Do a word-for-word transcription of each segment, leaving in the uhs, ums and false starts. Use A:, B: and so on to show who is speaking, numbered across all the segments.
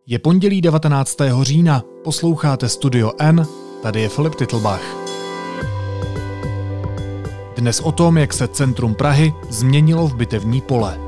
A: Je pondělí devatenáctého října, posloucháte Studio N, tady je Filip Titlbach. Dnes o tom, jak se centrum Prahy změnilo v bitevní pole.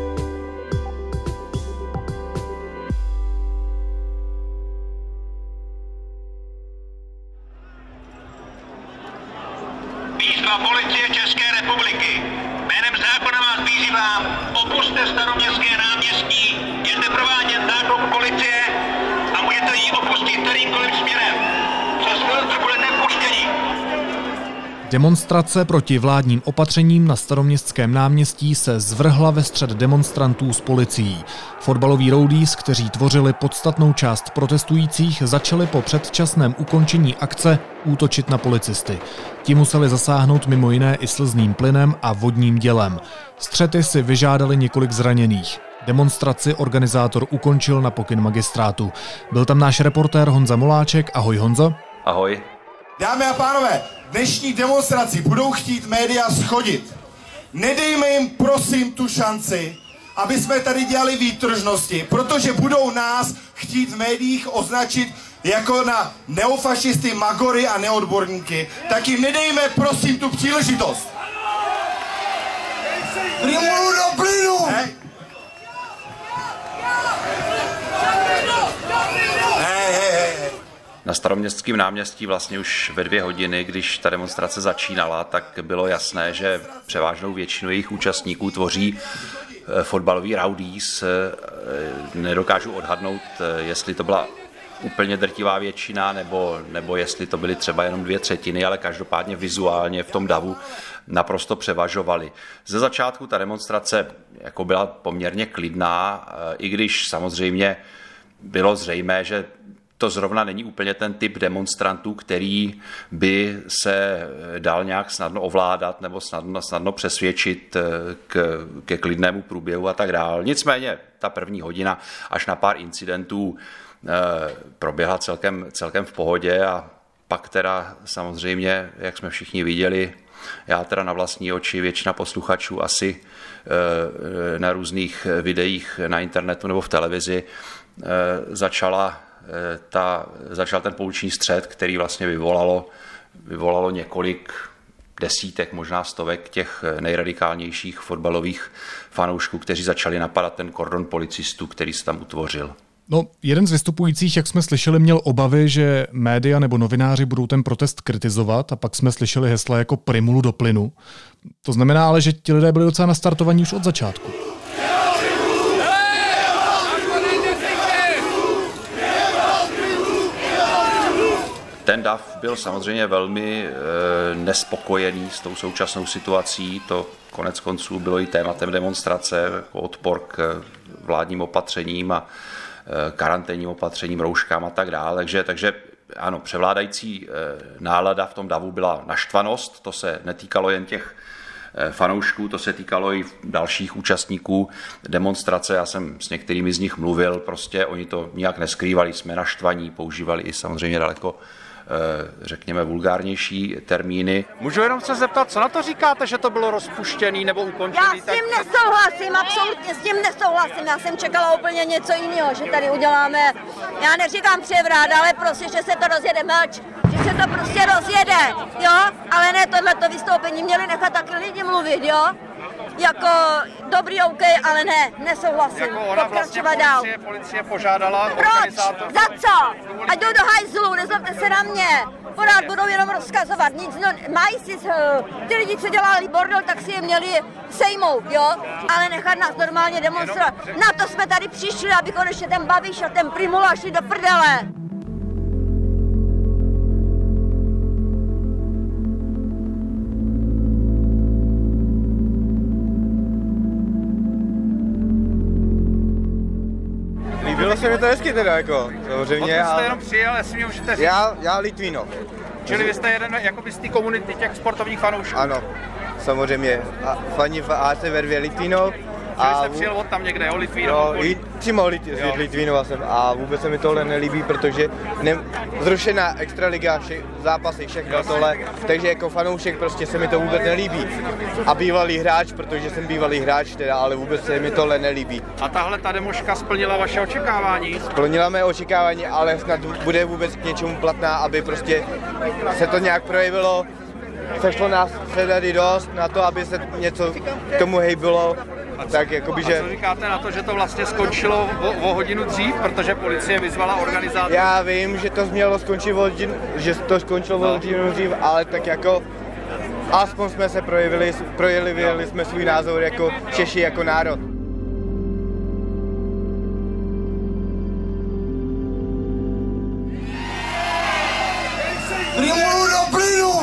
B: Výzva policie České republiky. Jménem zákona vás vyzývám, opuste Staroměstské náměstí, je prováděn náklop policie a můžete ji opustit kterýmkoliv směrem. Přes filtr budete puštěni.
A: Demonstrace proti vládním opatřením na Staroměstském náměstí se zvrhla ve střet demonstrantů s policií. Fotbaloví roadies, kteří tvořili podstatnou část protestujících, začali po předčasném ukončení akce útočit na policisty. Ti museli zasáhnout mimo jiné i slzným plynem a vodním dělem. Střety si vyžádali několik zraněných. Demonstraci organizátor ukončil na pokyn magistrátu. Byl tam náš reportér Honza Moláček. Ahoj Honzo.
C: Ahoj.
D: Dámy a pánové, dnešní demonstraci budou chtít média schodit. Nedejme jim prosím tu šanci, aby jsme tady dělali výtržnosti, protože budou nás chtít v médiích označit jako na neofašisty, magory a neodborníky. Tak jim nedejme prosím tu příležitost. Primulu do plynu! Hej. Hej, hej, hej.
C: Na Staroměstském náměstí vlastně už ve dvě hodiny, když ta demonstrace začínala, tak bylo jasné, že převážnou většinu jejich účastníků tvoří fotbaloví rowdies. Nedokážu odhadnout, jestli to byla úplně drtivá většina, nebo, nebo jestli to byly třeba jenom dvě třetiny, ale každopádně vizuálně v tom davu naprosto převažovali. Ze začátku ta demonstrace jako byla poměrně klidná, i když samozřejmě bylo zřejmé, že to zrovna není úplně ten typ demonstrantů, který by se dal nějak snadno ovládat nebo snadno, snadno přesvědčit k, ke klidnému průběhu a tak dál. Nicméně ta první hodina až na pár incidentů eh, proběhla celkem, celkem v pohodě a pak teda samozřejmě, jak jsme všichni viděli, já teda na vlastní oči, většina posluchačů asi eh, na různých videích na internetu nebo v televizi eh, začala Ta, začal ten pouliční střet, který vlastně vyvolalo, vyvolalo několik desítek, možná stovek těch nejradikálnějších fotbalových fanoušků, kteří začali napadat ten kordon policistů, který se tam utvořil.
A: No, jeden z vystupujících, jak jsme slyšeli, měl obavy, že média nebo novináři budou ten protest kritizovat a pak jsme slyšeli hesla jako primulu do plynu. To znamená ale, že ti lidé byli docela nastartovaní už od začátku.
C: Ten dav byl samozřejmě velmi e, nespokojený s tou současnou situací. To konec konců bylo i tématem demonstrace, jako odpor k vládním opatřením a e, karanténním opatřením, rouškám a tak dále. Takže, takže ano, převládající e, nálada v tom davu byla naštvanost. To se netýkalo jen těch e, fanoušků, to se týkalo i dalších účastníků demonstrace. Já jsem s některými z nich mluvil, prostě oni to nijak neskrývali, jsme naštvaní, používali i samozřejmě daleko řekněme vulgárnější termíny.
E: Můžu jenom se zeptat, co na to říkáte, že to bylo rozpuštěný nebo ukončený?
F: Já s tím tak... nesouhlasím, absolutně s tím nesouhlasím. Já jsem čekala úplně něco jiného, že tady uděláme, já neříkám převrat, ale prostě, že se to rozjede mlč, že se to prostě rozjede, jo? Ale ne tohleto vystoupení, měli nechat taky lidi mluvit, jo? Jako dobrý OK, ale ne, nesouhlasím.
E: Jako ona vlastně policie, policie požádala organizátor.
F: Proč? Za co? Ať jdou do hajzlu, nezlobte se na mě. Pořád budou jenom rozkazovat. Nic, no, mají si, ty lidi, co dělali bordel, tak si je měli sejmout, jo? Ale nechat nás normálně demonstrovat. Na to jsme tady přišli, aby konečně ten Babiš a ten Primula šli do prdele.
G: Líbilo se mi to hezky teda, jako, samozřejmě.
E: Odkud jste jenom přijel, jestli mě můžete říct?
G: Já, já Litvínov.
E: Čili vy jste jeden jakoby z té komunity těch sportovních fanoušků?
G: Ano, samozřejmě. A, faní v á cé Vervě Litvínov.
E: Čili jste přijel od tam někde, jo, Litvínov?
G: No, i přímo z Litvínova jsem a vůbec se mi tohle nelíbí, protože ne, zrušená extraliga, vše, zápasy, všechno tohle, takže jako fanoušek prostě se mi to vůbec nelíbí. A bývalý hráč, protože jsem bývalý hráč teda, ale vůbec se mi tohle nelíbí.
E: A tahle ta demoška splnila vaše očekávání?
G: Splnila mé očekávání, ale snad bude vůbec k něčemu platná, aby prostě se to nějak projevilo. Sešlo nás se tady dost na to, aby se něco k tomu hejbilo. Tak jakoby, že...
E: A co říkáte na to, že to vlastně skončilo o, o hodinu dřív, protože policie vyzvala organizátory?
G: Já vím, že to mělo skončit o hodinu, že to skončilo o hodinu dřív, ale tak jako aspoň jsme se projevili, projevili jsme svůj názor jako Češi, jako národ.
D: Primulu do plynu!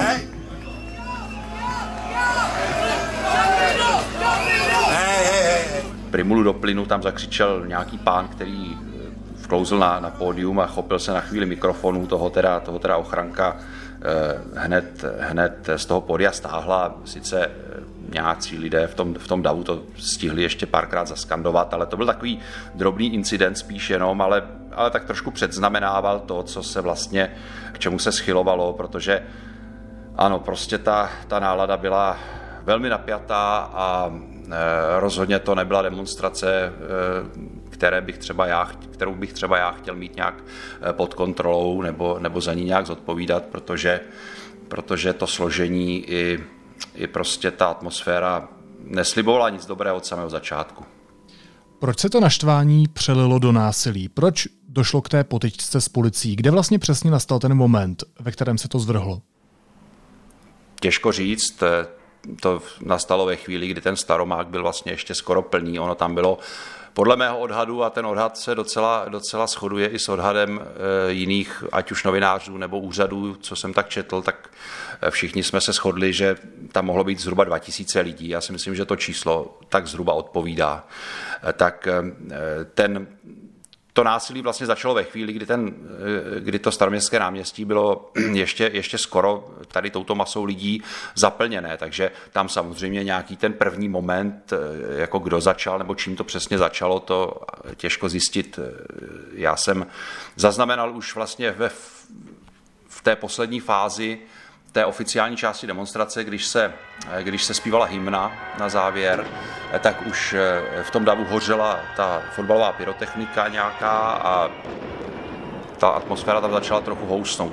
C: Primulu do plynu tam zakřičel nějaký pán, který vklouzl na, na pódium a chopil se na chvíli mikrofonu, toho teda, toho teda ochranka eh, hned, hned z toho pódia stáhla. Sice nějací lidé v tom, v tom davu to stihli ještě párkrát zaskandovat, ale to byl takový drobný incident spíš jenom, ale, ale tak trošku předznamenával to, co se vlastně, k čemu se schylovalo, protože ano, prostě ta, ta nálada byla velmi napjatá a rozhodně to nebyla demonstrace, které bych třeba já, kterou bych třeba já chtěl mít nějak pod kontrolou nebo, nebo za ní nějak zodpovídat, protože, protože to složení i, i prostě ta atmosféra neslibovala nic dobrého od samého začátku.
A: Proč se to naštvání přelilo do násilí? Proč došlo k té potyčce s policií? Kde vlastně přesně nastal ten moment, ve kterém se to zvrhlo?
C: Těžko říct. To nastalo ve chvíli, kdy ten Staromák byl vlastně ještě skoro plný. Ono tam bylo podle mého odhadu, a ten odhad se docela, docela shoduje i s odhadem e, jiných, ať už novinářů nebo úřadů, co jsem tak četl, tak všichni jsme se shodli, že tam mohlo být zhruba dva tisíce lidí. Já si myslím, že to číslo tak zhruba odpovídá. E, tak e, ten... To násilí vlastně začalo ve chvíli, kdy, ten, kdy to Staroměstské náměstí bylo ještě, ještě skoro tady touto masou lidí zaplněné, takže tam samozřejmě nějaký ten první moment, jako kdo začal nebo čím to přesně začalo, to těžko zjistit. Já jsem zaznamenal už vlastně ve, v té poslední fázi té oficiální části demonstrace, když se, když se zpívala hymna na závěr, tak už v tom davu hořela ta fotbalová pyrotechnika nějaká a ta atmosféra tam začala trochu housnout.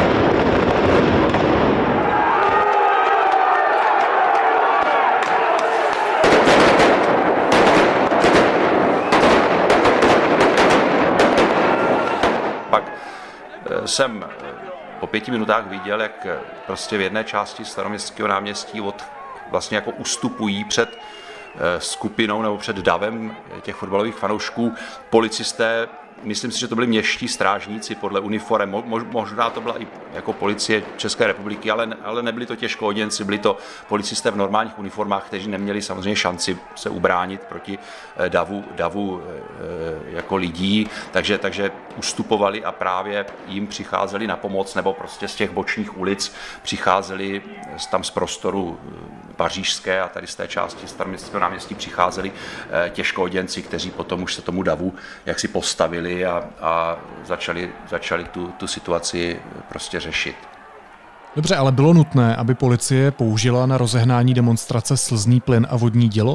C: Pak jsem po pěti minutách viděl, jak prostě v jedné části Staroměstského náměstí od, vlastně jako ustupují před skupinou nebo před davem těch fotbalových fanoušků policisté. Myslím si, že to byli městští strážníci podle uniforem. Možná to byla i jako policie České republiky, ale, ale nebyli to těžkooděnci, byli to policisté v normálních uniformách, kteří neměli samozřejmě šanci se ubránit proti davu, davu jako lidí, takže, takže ustupovali a právě jim přicházeli na pomoc, nebo prostě z těch bočních ulic přicházeli tam z prostoru Pařížské a tady z té části Staroměstského náměstí přicházeli těžkooděnci, kteří potom už se tomu davu jaksi postavili a, a začali, začali tu, tu situaci prostě řešit.
A: Dobře, ale bylo nutné, aby policie použila na rozehnání demonstrace slzný plyn a vodní dělo?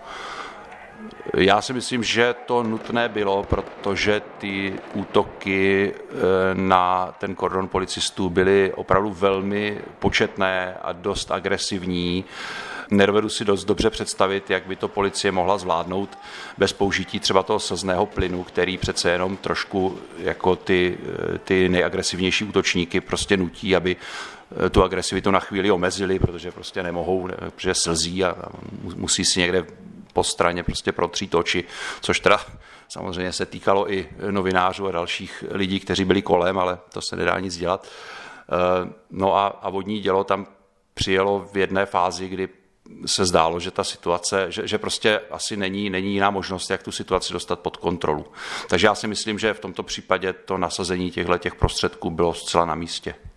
C: Já si myslím, že to nutné bylo, protože ty útoky na ten kordon policistů byly opravdu velmi početné a dost agresivní. Nedovedu si dost dobře představit, jak by to policie mohla zvládnout bez použití třeba toho slzného plynu, který přece jenom trošku jako ty, ty nejagresivnější útočníky prostě nutí, aby tu agresivitu na chvíli omezili, protože prostě nemohou, protože slzí a musí si někde po straně prostě protřít oči, což teda samozřejmě se týkalo i novinářů a dalších lidí, kteří byli kolem, ale to se nedá nic dělat. No a, a vodní dělo tam přijelo v jedné fázi, kdy se zdálo, že ta situace, že, že prostě asi není, není jiná možnost, jak tu situaci dostat pod kontrolu. Takže já si myslím, že v tomto případě to nasazení těchto těch prostředků bylo zcela na místě.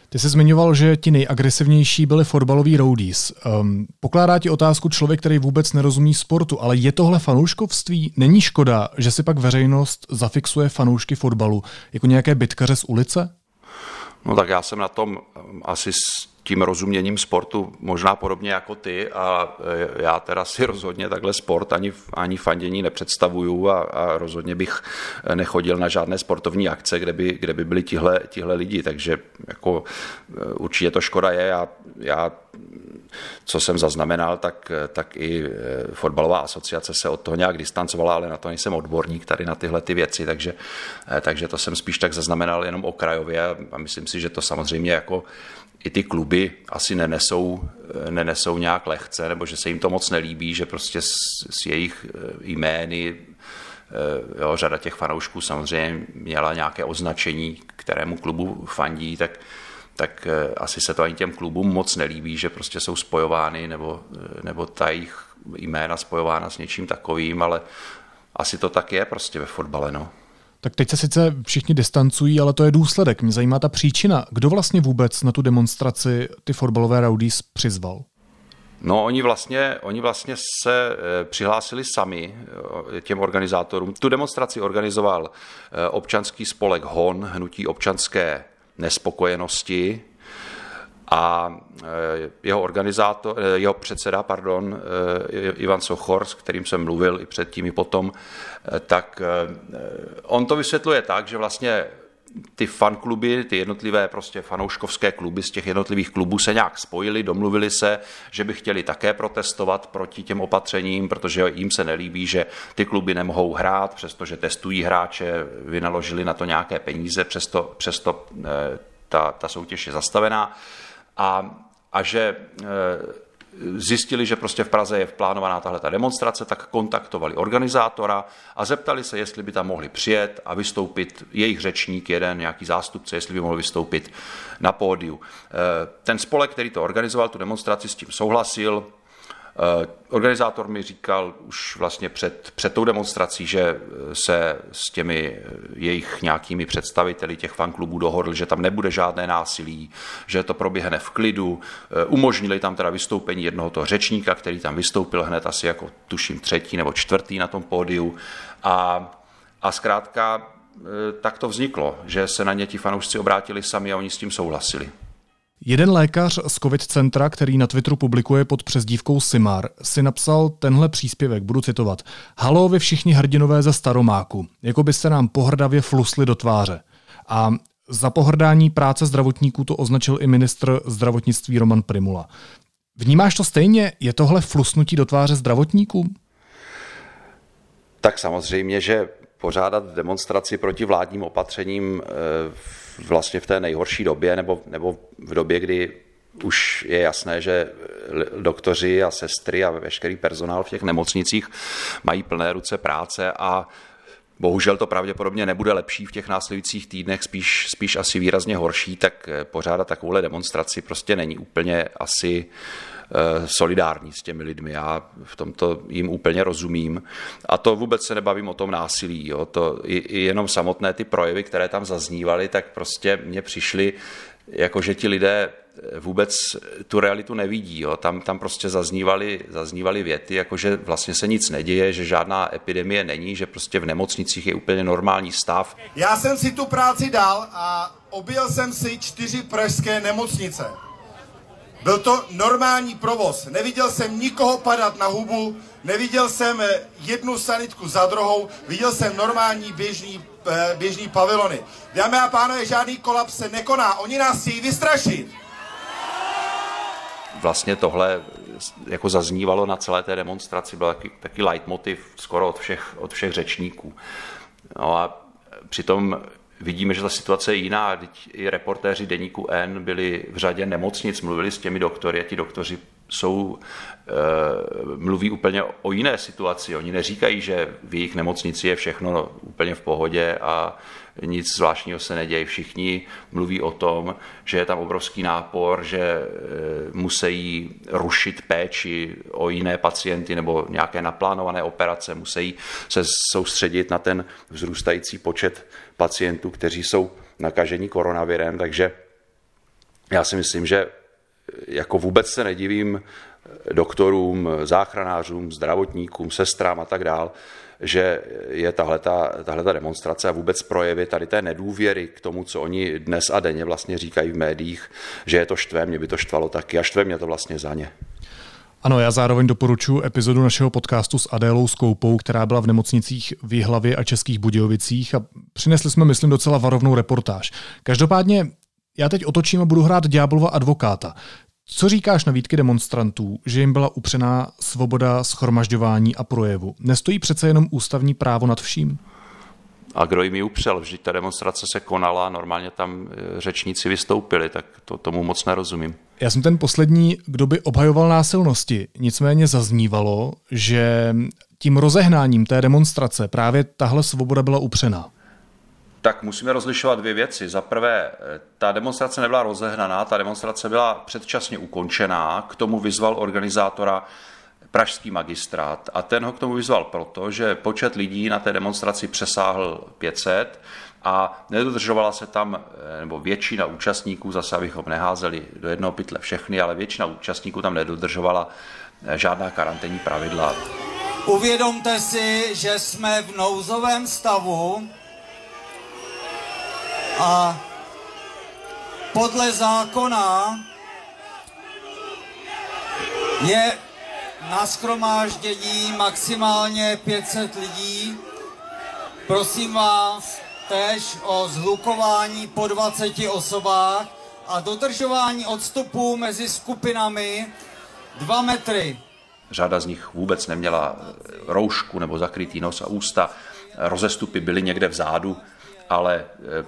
A: Ty jsi zmiňoval, že ti nejagresivnější byli fotbaloví roadies. Um, pokládá ti otázku člověk, který vůbec nerozumí sportu, ale je tohle fanouškovství? Není škoda, že si pak veřejnost zafixuje fanoušky fotbalu jako nějaké bitkaře z ulice?
C: No tak já jsem na tom asi s tím rozuměním sportu možná podobně jako ty a já teda si rozhodně takhle sport ani, ani fandění nepředstavuju a, a rozhodně bych nechodil na žádné sportovní akce, kde by, kde by byli tihle, tihle lidi, takže jako určitě to škoda je. Já, já co jsem zaznamenal, tak, tak i fotbalová asociace se od toho nějak distancovala, ale na to nejsem odborník tady na tyhle ty věci, takže, takže to jsem spíš tak zaznamenal jenom okrajově a myslím si, že to samozřejmě jako i ty kluby asi nenesou, nenesou nějak lehce, nebo že se jim to moc nelíbí, že prostě s, s jejich jmény, jo, řada těch fanoušků samozřejmě měla nějaké označení, kterému klubu fandí, tak, tak asi se to ani těm klubům moc nelíbí, že prostě jsou spojovány, nebo, nebo ta jejich jména spojována s něčím takovým, ale asi to tak je prostě ve fotbale, no.
A: Tak teď se sice všichni distancují, ale to je důsledek. Mě zajímá ta příčina. Kdo vlastně vůbec na tu demonstraci ty fotbalové rowdies přizval?
C: No, oni vlastně, oni vlastně se přihlásili sami těm organizátorům. Tu demonstraci organizoval občanský spolek Hon, hnutí občanské nespokojenosti, a jeho organizátor, jeho předseda, pardon, Ivan Sochor, s kterým jsem mluvil i předtím i potom, tak on to vysvětluje tak, že vlastně ty fankluby, ty jednotlivé prostě fanouškovské kluby z těch jednotlivých klubů se nějak spojili, domluvili se, že by chtěli také protestovat proti těm opatřením, protože jim se nelíbí, že ty kluby nemohou hrát, přestože testují hráče, vynaložili na to nějaké peníze, přesto, přesto ta, ta soutěž je zastavená. A, a že e, zjistili, že prostě v Praze je plánovaná tahle ta demonstrace, tak kontaktovali organizátora a zeptali se, jestli by tam mohli přijet a vystoupit jejich řečník, jeden nějaký zástupce, jestli by mohl vystoupit na pódiu. E, ten spolek, který to organizoval, tu demonstraci, s tím souhlasil. Organizátor mi říkal už vlastně před, před tou demonstrací, že se s těmi jejich nějakými představiteli těch fanklubů dohodl, že tam nebude žádné násilí, že to proběhne v klidu. Umožnili tam teda vystoupení jednoho toho řečníka, který tam vystoupil hned asi jako tuším třetí nebo čtvrtý na tom pódiu. A, a zkrátka tak to vzniklo, že se na ně ti fanoušci obrátili sami a oni s tím souhlasili.
A: Jeden lékař z COVID centra, který na Twitteru publikuje pod přezdívkou Simar, si napsal tenhle příspěvek, budu citovat. Haló, vy všichni hrdinové ze Staromáku, jako byste nám pohrdavě flusli do tváře. A za pohrdání práce zdravotníků to označil i ministr zdravotnictví Roman Prymula. Vnímáš to stejně? Je tohle flusnutí do tváře zdravotníkům?
C: Tak samozřejmě, že pořádat demonstraci proti vládním opatřením vlastně v té nejhorší době nebo, nebo v době, kdy už je jasné, že doktoři a sestry a veškerý personál v těch nemocnicích mají plné ruce práce a bohužel to pravděpodobně nebude lepší v těch následujících týdnech, spíš, spíš asi výrazně horší, tak pořádat takovouhle demonstraci prostě není úplně asi solidární s těmi lidmi. Já v tomto jim úplně rozumím. A to vůbec se nebavím o tom násilí. Jo. To i, i jenom samotné ty projevy, které tam zaznívaly, tak prostě mně přišly, jako že ti lidé vůbec tu realitu nevidí. Jo. Tam, tam prostě zaznívaly, zaznívaly věty, jako že vlastně se nic neděje, že žádná epidemie není, že prostě v nemocnicích je úplně normální stav.
D: Já jsem si tu práci dal a objel jsem si čtyři pražské nemocnice. Byl to normální provoz. Neviděl jsem nikoho padat na hubu, neviděl jsem jednu sanitku za druhou, viděl jsem normální běžný, běžný pavilony. Dámy a pánové, žádný kolaps se nekoná, oni nás chtějí vystrašit.
C: Vlastně tohle jako zaznívalo na celé té demonstraci, byl taky, taky leitmotiv skoro od všech, od všech řečníků. No a přitom vidíme, že ta situace je jiná. I reportéři deníku N byli v řadě nemocnic, mluvili s těmi doktory a ti doktoři jsou, e, mluví úplně o jiné situaci. Oni neříkají, že v jejich nemocnici je všechno úplně v pohodě a nic zvláštního se neděje. Všichni mluví o tom, že je tam obrovský nápor, že e, musí rušit péči o jiné pacienty nebo nějaké naplánované operace, musí se soustředit na ten vzrůstající počet pacientů, kteří jsou nakaženi koronavirem, takže já si myslím, že jako vůbec se nedivím doktorům, záchranářům, zdravotníkům, sestrám a tak dál, že je tahleta, tahleta demonstrace a vůbec projevy tady té nedůvěry k tomu, co oni dnes a denně vlastně říkají v médiích, že je to štve, mě by to štvalo taky a štve mě to vlastně za ně.
A: Ano, já zároveň doporučuji epizodu našeho podcastu s Adélou Skoupou, která byla v nemocnicích v Jihlavě a Českých Budějovicích a přinesli jsme, myslím, docela varovnou reportáž. Každopádně já teď otočím a budu hrát ďáblova advokáta. Co říkáš na výtky demonstrantů, že jim byla upřená svoboda shromažďování a projevu? Nestojí přece jenom ústavní právo nad vším?
C: A kdo jim ji upřel? Vždyť ta demonstrace se konala, normálně tam řečníci vystoupili, tak to, tomu moc nerozumím.
A: Já jsem ten poslední, kdo by obhajoval násilnosti. Nicméně zaznívalo, že tím rozehnáním té demonstrace právě tahle svoboda byla upřená.
C: Tak musíme rozlišovat dvě věci. Za prvé, ta demonstrace nebyla rozehnaná, ta demonstrace byla předčasně ukončená, k tomu vyzval organizátora pražský magistrát a ten ho k tomu vyzval proto, že počet lidí na té demonstraci přesáhl pět set a nedodržovala se tam, nebo většina účastníků, zase abychom neházeli do jednoho pytle všechny, ale většina účastníků tam nedodržovala žádná karanténní pravidla.
H: Uvědomte si, že jsme v nouzovém stavu a podle zákona je na shromáždění maximálně pět set lidí. Prosím vás též o shlukování po dvaceti osobách a dodržování odstupů mezi skupinami dva metry.
C: Řada z nich vůbec neměla roušku nebo zakrytý nos a ústa. Rozestupy byly někde vzadu, ale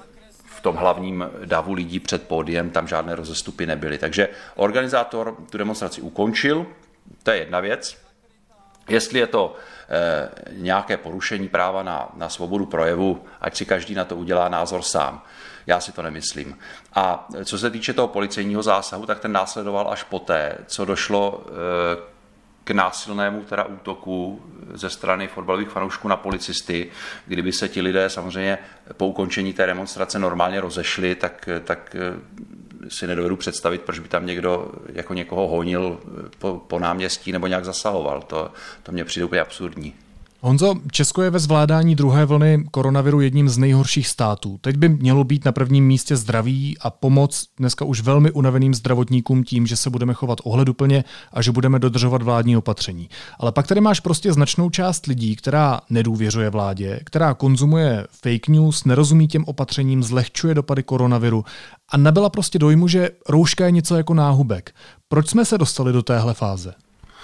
C: v tom hlavním davu lidí před pódiem tam žádné rozestupy nebyly. Takže organizátor tu demonstraci ukončil, to je jedna věc. Jestli je to eh, nějaké porušení práva na, na svobodu projevu, ať si každý na to udělá názor sám. Já si to nemyslím. A co se týče toho policejního zásahu, tak ten následoval až poté, co došlo eh, k násilnému teda útoku ze strany fotbalových fanoušků na policisty. Kdyby se ti lidé samozřejmě po ukončení té demonstrace normálně rozešli, tak, tak si nedovedu představit, proč by tam někdo jako někoho honil po, po náměstí nebo nějak zasahoval. To, to mně přijde úplně absurdní.
A: Honzo, Česko je ve zvládání druhé vlny koronaviru jedním z nejhorších států. Teď by mělo být na prvním místě zdraví a pomoc dneska už velmi unaveným zdravotníkům tím, že se budeme chovat ohleduplně a že budeme dodržovat vládní opatření. Ale pak tady máš prostě značnou část lidí, která nedůvěřuje vládě, která konzumuje fake news, nerozumí těm opatřením, zlehčuje dopady koronaviru a nabyla prostě dojmu, že rouška je něco jako náhubek. Proč jsme se dostali do téhle fáze?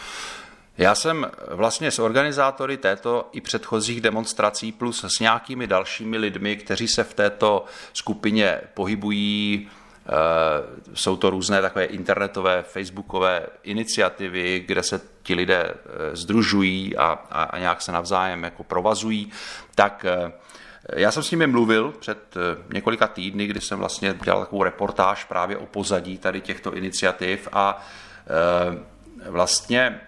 C: Já jsem vlastně s organizátory této i předchozích demonstrací plus s nějakými dalšími lidmi, kteří se v této skupině pohybují, jsou to různé takové internetové, facebookové iniciativy, kde se ti lidé sdružují a, a, a nějak se navzájem jako provazují, tak já jsem s nimi mluvil před několika týdny, kdy jsem vlastně dělal takovou reportáž právě o pozadí tady těchto iniciativ a vlastně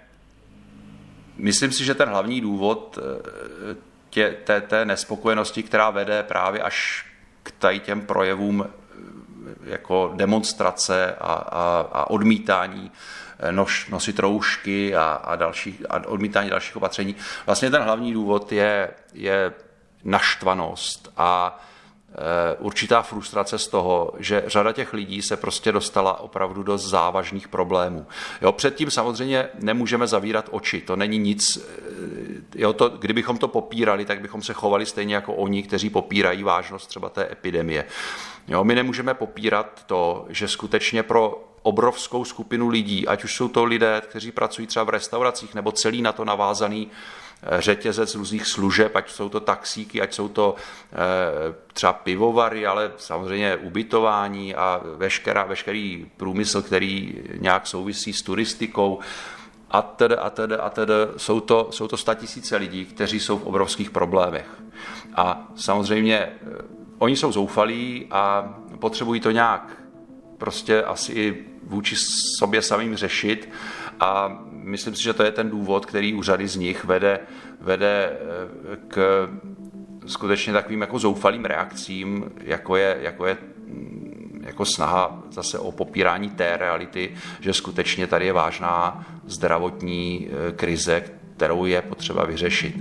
C: myslím si, že ten hlavní důvod tě, té, té nespokojenosti, která vede právě až k tady těm projevům jako demonstrace a, a, a odmítání noš, nosit roušky a, a, další, a odmítání dalších opatření, vlastně ten hlavní důvod je, je naštvanost a určitá frustrace z toho, že řada těch lidí se prostě dostala opravdu do závažných problémů. Jo, předtím samozřejmě nemůžeme zavírat oči, to není nic, jo, to, kdybychom to popírali, tak bychom se chovali stejně jako oni, kteří popírají vážnost třeba té epidemie. Jo, my nemůžeme popírat to, že skutečně pro obrovskou skupinu lidí, ať už jsou to lidé, kteří pracují třeba v restauracích, nebo celý na to navázaný řetězec různých služeb, ať jsou to taxíky, ať jsou to e, třeba pivovary, ale samozřejmě ubytování a veškerá, veškerý průmysl, který nějak souvisí s turistikou a tedy, a tedy, a tedy. Jsou to, jsou to statisíce lidí, kteří jsou v obrovských problémech. A samozřejmě e, oni jsou zoufalí a potřebují to nějak prostě asi i vůči sobě samým řešit a myslím si, že to je ten důvod, který u řady z nich vede, vede k skutečně takovým jako zoufalým reakcím, jako je, jako je jako snaha zase o popírání té reality, že skutečně tady je vážná zdravotní krize, kterou je potřeba vyřešit.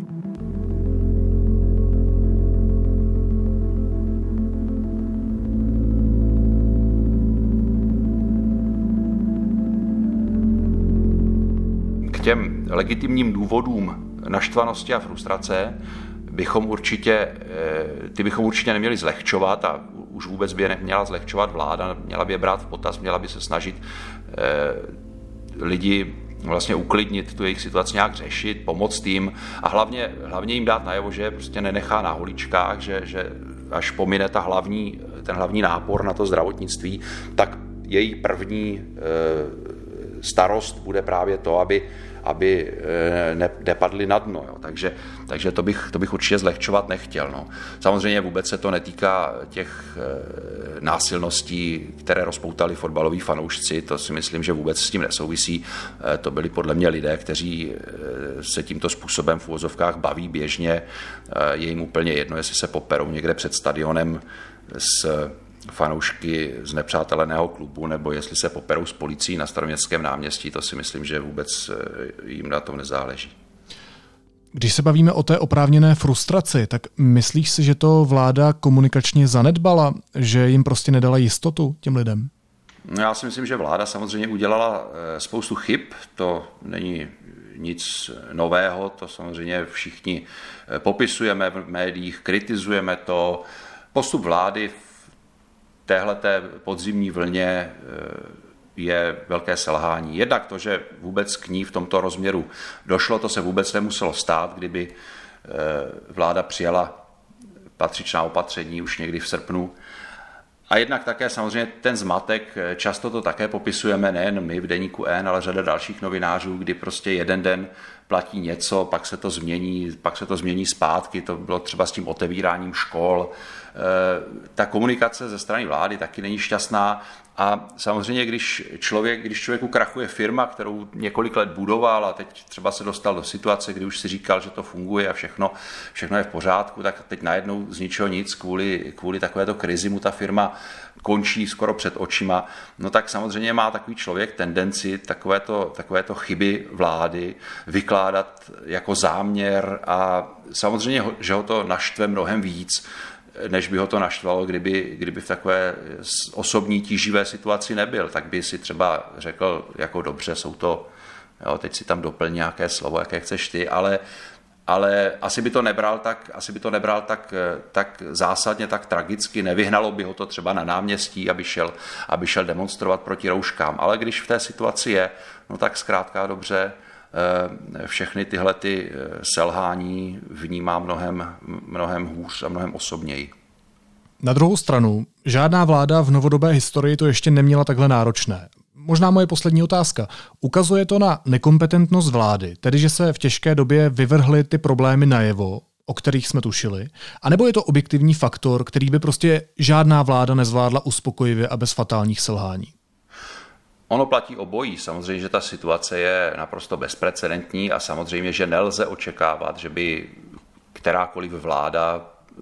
C: K těm legitimním důvodům naštvanosti a frustrace bychom určitě, ty bychom určitě neměli zlehčovat a už vůbec by je neměla zlehčovat vláda, měla by je brát v potaz, měla by se snažit lidi vlastně uklidnit, tu jejich situaci nějak řešit, pomoct jim a hlavně, hlavně jim dát najevo, že je prostě nenechá na holičkách, že, že až pomine ta hlavní, ten hlavní nápor na to zdravotnictví, tak její první starost bude právě to, aby, aby ne, nepadli na dno. Jo. Takže, takže to, bych, to bych určitě zlehčovat nechtěl. No. Samozřejmě vůbec se to netýká těch e, násilností, které rozpoutali fotbaloví fanoušci, to si myslím, že vůbec s tím nesouvisí. E, to byli podle mě lidé, kteří e, se tímto způsobem v uvozovkách baví běžně. E, je jim úplně jedno, jestli se poperou někde před stadionem s fanoušky z nepřáteleného klubu, nebo jestli se poperou s policií na Staroměstském náměstí, to si myslím, že vůbec jim na tom nezáleží.
A: Když se bavíme o té oprávněné frustraci, tak myslíš si, že to vláda komunikačně zanedbala, že jim prostě nedala jistotu těm lidem?
C: Já si myslím, že vláda samozřejmě udělala spoustu chyb, to není nic nového, to samozřejmě všichni popisujeme v médiích, kritizujeme to. Postup vlády téhleté podzimní vlně je velké selhání. Jednak to, že vůbec k ní v tomto rozměru došlo, to se vůbec nemuselo stát, kdyby vláda přijala patřičná opatření už někdy v srpnu. A jednak také samozřejmě ten zmatek, často to také popisujeme nejen my v Deníku N, ale řada dalších novinářů, kdy prostě jeden den platí něco, pak se to změní, pak se to změní zpátky, to bylo třeba s tím otevíráním škol. Ta komunikace ze strany vlády taky není šťastná a samozřejmě, když člověk, když člověku krachuje firma, kterou několik let budoval a teď třeba se dostal do situace, kdy už si říkal, že to funguje a všechno, všechno je v pořádku, tak teď najednou z ničeho nic kvůli, kvůli takovéto krizi mu ta firma končí skoro před očima, no tak samozřejmě má takový člověk tendenci takovéto, takovéto chyby vlády vykládat jako záměr a samozřejmě, že ho to naštve mnohem víc, než by ho to naštvalo, kdyby, kdyby v takové osobní tíživé situaci nebyl, tak by si třeba řekl, jako dobře, jsou to, jo, teď si tam doplň nějaké slovo, jaké chceš ty, ale ale asi by to nebral tak, asi by to nebral tak, tak zásadně, tak tragicky, nevyhnalo by ho to třeba na náměstí, aby šel, aby šel demonstrovat proti rouškám. Ale když v té situaci je, no tak zkrátka dobře, všechny tyhle ty selhání vnímá mnohem, mnohem hůř a mnohem osobněji.
A: Na druhou stranu, žádná vláda v novodobé historii to ještě neměla takhle náročné. Možná moje poslední otázka. Ukazuje to na nekompetentnost vlády, tedy že se v těžké době vyvrhly ty problémy najevo, o kterých jsme tušili, anebo je to objektivní faktor, který by prostě žádná vláda nezvládla uspokojivě a bez fatálních selhání?
C: Ono platí obojí. Samozřejmě, že ta situace je naprosto bezprecedentní a samozřejmě, že nelze očekávat, že by kterákoliv vláda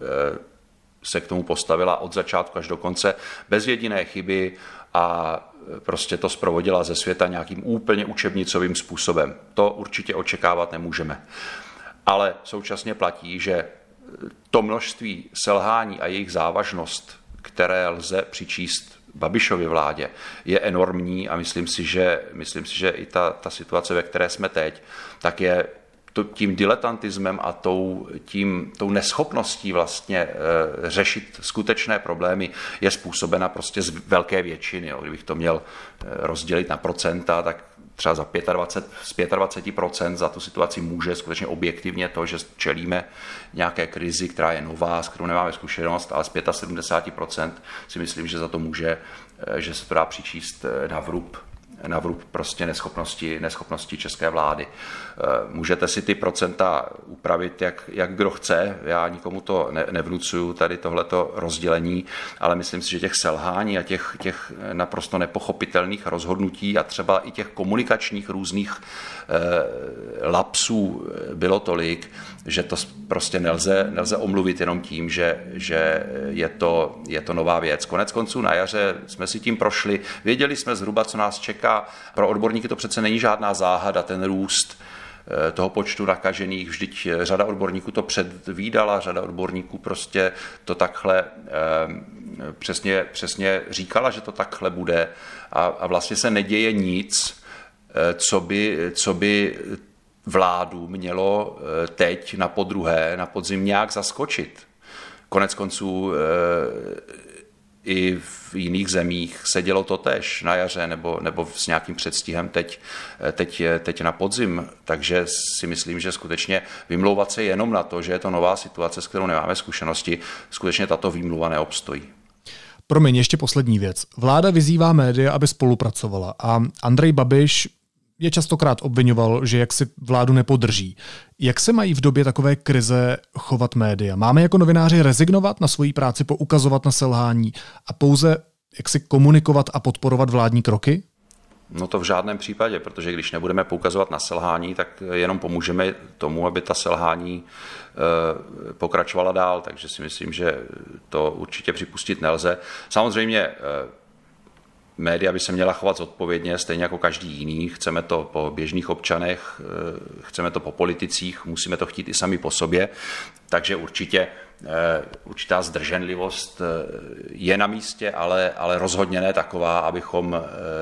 C: se k tomu postavila od začátku až do konce bez jediné chyby a prostě to zprovodila ze světa nějakým úplně učebnicovým způsobem. To určitě očekávat nemůžeme. Ale současně platí, že to množství selhání a jejich závažnost, které lze přičíst Babišově vládě, je enormní a myslím si, že, myslím si, že i ta, ta situace, ve které jsme teď, tak je to, tím diletantismem a tou, tím, tou neschopností vlastně e, řešit skutečné problémy je způsobena prostě z velké většiny. Jo. Kdybych to měl rozdělit na procenta, tak třeba za dvacet pět, z dvacet pět procent za tu situaci může skutečně objektivně to, že čelíme nějaké krizi, která je nová, s kterou nemáme zkušenost, ale z sedmdesát pět procent si myslím, že za to může, že se to dá přičíst na vrub na vrub prostě neschopnosti, neschopnosti české vlády. Můžete si ty procenta upravit, jak, jak kdo chce, já nikomu to ne, nevnucuju, tady tohleto rozdělení, ale myslím si, že těch selhání a těch, těch naprosto nepochopitelných rozhodnutí a třeba i těch komunikačních různých eh, lapsů bylo tolik, že to prostě nelze, nelze omluvit jenom tím, že, že je, to, je to nová věc. Konec konců na jaře jsme si tím prošli, věděli jsme zhruba, co nás čeká. Pro odborníky to přece není žádná záhada, ten růst toho počtu nakažených. Vždyť řada odborníků to předvídala, řada odborníků prostě to takhle eh, přesně, přesně říkala, že to takhle bude a, a vlastně se neděje nic, eh, co by, co by vládu mělo eh, teď na podruhé, na podzim nějak zaskočit. Konec konců eh, i v jiných zemích se dělo to též na jaře nebo, nebo s nějakým předstihem teď, teď, teď na podzim. Takže si myslím, že skutečně vymlouvat se jenom na to, že je to nová situace, s kterou nemáme zkušenosti, skutečně tato výmluva neobstojí.
A: Promiň, ještě poslední věc. Vláda vyzývá média, aby spolupracovala a Andrej Babiš je častokrát obviňoval, že jak si vládu nepodrží. Jak se mají v době takové krize chovat média? Máme jako novináři rezignovat na svoji práci, poukazovat na selhání a pouze jak si komunikovat a podporovat vládní kroky?
C: No to v žádném případě, protože když nebudeme poukazovat na selhání, tak jenom pomůžeme tomu, aby ta selhání e, pokračovala dál, takže si myslím, že to určitě připustit nelze. Samozřejmě e, média by se měla chovat zodpovědně, stejně jako každý jiný. Chceme to po běžných občanech, chceme to po politicích, musíme to chtít i sami po sobě. Takže určitě určitá zdrženlivost je na místě, ale, ale rozhodně ne taková, abychom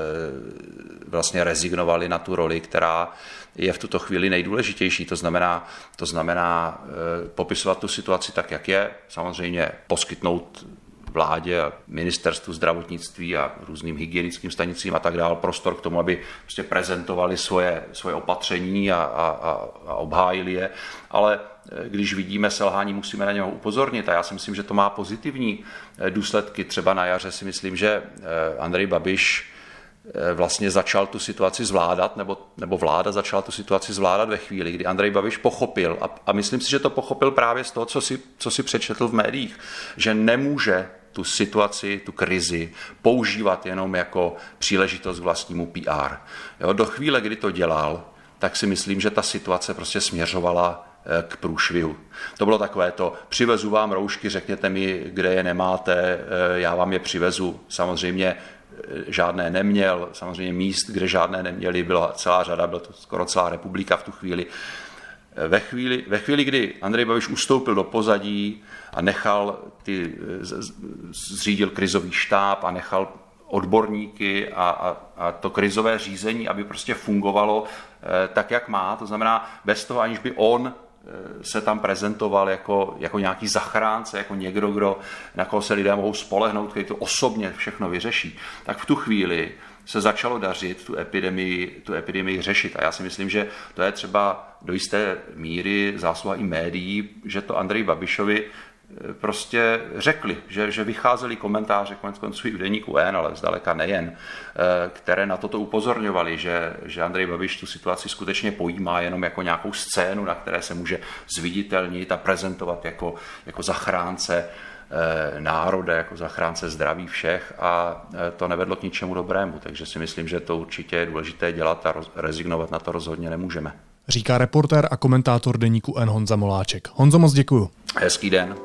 C: vlastně rezignovali na tu roli, která je v tuto chvíli nejdůležitější. To znamená, to znamená popisovat tu situaci tak, jak je, samozřejmě poskytnout vládě a ministerstvu zdravotnictví a různým hygienickým stanicím a tak dále prostor k tomu, aby prostě prezentovali svoje, svoje opatření a, a, a obhájili je. Ale když vidíme selhání, musíme na něho upozornit a já si myslím, že to má pozitivní důsledky. Třeba na jaře si myslím, že Andrej Babiš vlastně začal tu situaci zvládat, nebo, nebo vláda začala tu situaci zvládat ve chvíli, kdy Andrej Babiš pochopil, a, a myslím si, že to pochopil právě z toho, co si, co si přečetl v médiích, že nemůže tu situaci, tu krizi používat jenom jako příležitost k vlastnímu P R. Jo, do chvíle, kdy to dělal, tak si myslím, že ta situace prostě směřovala k průšvihu. To bylo takové to, přivezu vám roušky, řekněte mi, kde je nemáte, já vám je přivezu. Samozřejmě žádné neměl, samozřejmě míst, kde žádné neměli, byla celá řada, byla to skoro celá republika v tu chvíli. Ve chvíli, ve chvíli, kdy Andrej Babiš ustoupil do pozadí a nechal ty, zřídil krizový štáb a nechal odborníky a, a, a to krizové řízení, aby prostě fungovalo eh, tak, jak má. To znamená, bez toho, aniž by on se tam prezentoval jako, jako nějaký zachránce, jako někdo, kdo, na koho se lidé mohou spolehnout, který to osobně všechno vyřeší, tak v tu chvíli se začalo dařit tu epidemii, tu epidemii řešit. A já si myslím, že to je třeba do jisté míry zásluha i médií, že to Andreji Babišovi prostě řekli, že, že vycházely komentáře, konec konců i v deníku N, ale zdaleka nejen, které na toto upozorňovali, že, že Andrej Babiš tu situaci skutečně pojímá jenom jako nějakou scénu, na které se může zviditelnit a prezentovat jako, jako zachránce národa, jako zachránce zdraví všech a to nevedlo k ničemu dobrému, takže si myslím, že to určitě je důležité dělat a roz, rezignovat na to rozhodně nemůžeme.
A: Říká reportér a komentátor deníku N Honza Moláček. Honzo, moc děkuju.
C: Hezký den.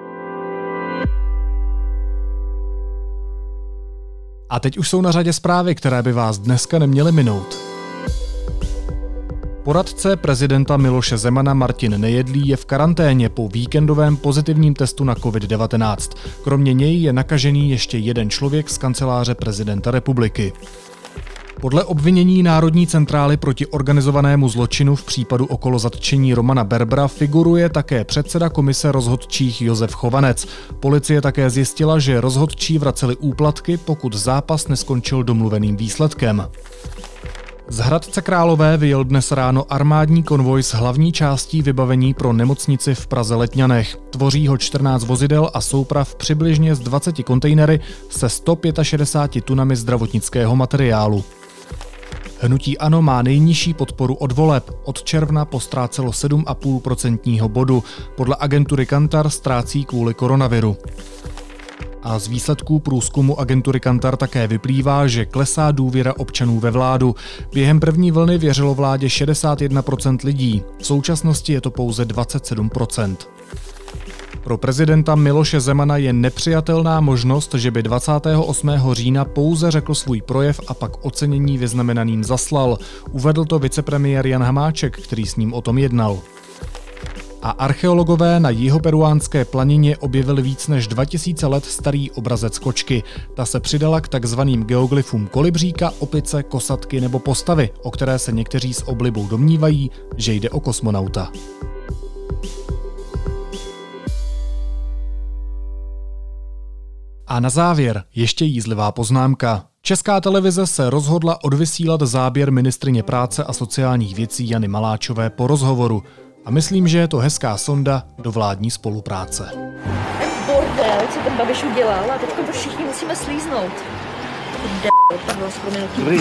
A: A teď už jsou na řadě zprávy, které by vás dneska neměly minout. Poradce prezidenta Miloše Zemana Martin Nejedlý je v karanténě po víkendovém pozitivním testu na covid devatenáct. Kromě něj je nakažený ještě jeden člověk z kanceláře prezidenta republiky. Podle obvinění Národní centrály proti organizovanému zločinu v případu okolo zatčení Romana Berbera figuruje také předseda komise rozhodčích Josef Chovanec. Policie také zjistila, že rozhodčí vraceli úplatky, pokud zápas neskončil domluveným výsledkem. Z Hradce Králové vyjel dnes ráno armádní konvoj s hlavní částí vybavení pro nemocnici v Praze Letňanech. Tvoří ho čtrnáct vozidel a souprav přibližně z dvaceti kontejnery se sto šedesáti pěti tunami zdravotnického materiálu. Hnutí ANO má nejnižší podporu od voleb. Od června postrácelo sedm celá pět procentního bodu. Podle agentury Kantar ztrácí kvůli koronaviru. A z výsledků průzkumu agentury Kantar také vyplývá, že klesá důvěra občanů ve vládu. Během první vlny věřilo vládě šedesát jedna procent lidí, v současnosti je to pouze dvacet sedm procent. Pro prezidenta Miloše Zemana je nepřijatelná možnost, že by dvacátého osmého října pouze řekl svůj projev a pak ocenění vyznamenaným zaslal. Uvedl to vicepremiér Jan Hamáček, který s ním o tom jednal. A archeologové na jihoperuánské planině objevili víc než dva tisíce let starý obrazec kočky. Ta se přidala k takzvaným geoglyfům kolibříka, opice, kosatky nebo postavy, o které se někteří s oblibou domnívají, že jde o kosmonauta. A na závěr ještě jízlivá poznámka. Česká televize se rozhodla odvysílat záběr ministryně práce a sociálních věcí Jany Maláčové po rozhovoru. A myslím, že je to hezká sonda do vládní spolupráce.
I: Ten bordel, co ten Babiš udělal, a teďko to všichni musíme slíznout. Dobrý.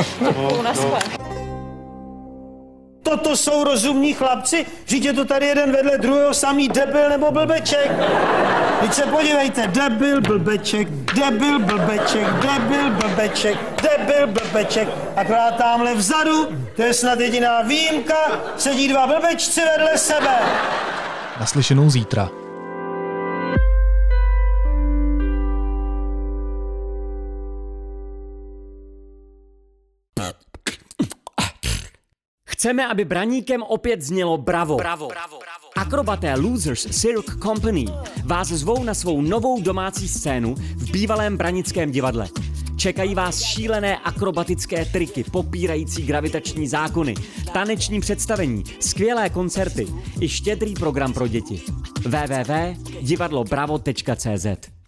J: Toto jsou rozumní chlapci? Vždyť je to tady jeden vedle druhého samý debil nebo blbeček. Teď se podívejte, debil, blbeček, debil, blbeček, debil, blbeček, debil, blbeček. Akorát tamhle vzadu, to je snad jediná výjimka, sedí dva blbečci vedle sebe.
A: Naslyšenou zítra.
K: Chceme, aby braníkem opět znělo bravo. Bravo. Bravo. Akrobaté Losers Cirque Company vás zvou na svou novou domácí scénu v bývalém branickém divadle. Čekají vás šílené akrobatické triky, popírající gravitační zákony, taneční představení, skvělé koncerty i štědrý program pro děti. w w w tečka divadlo bravo tečka cé zet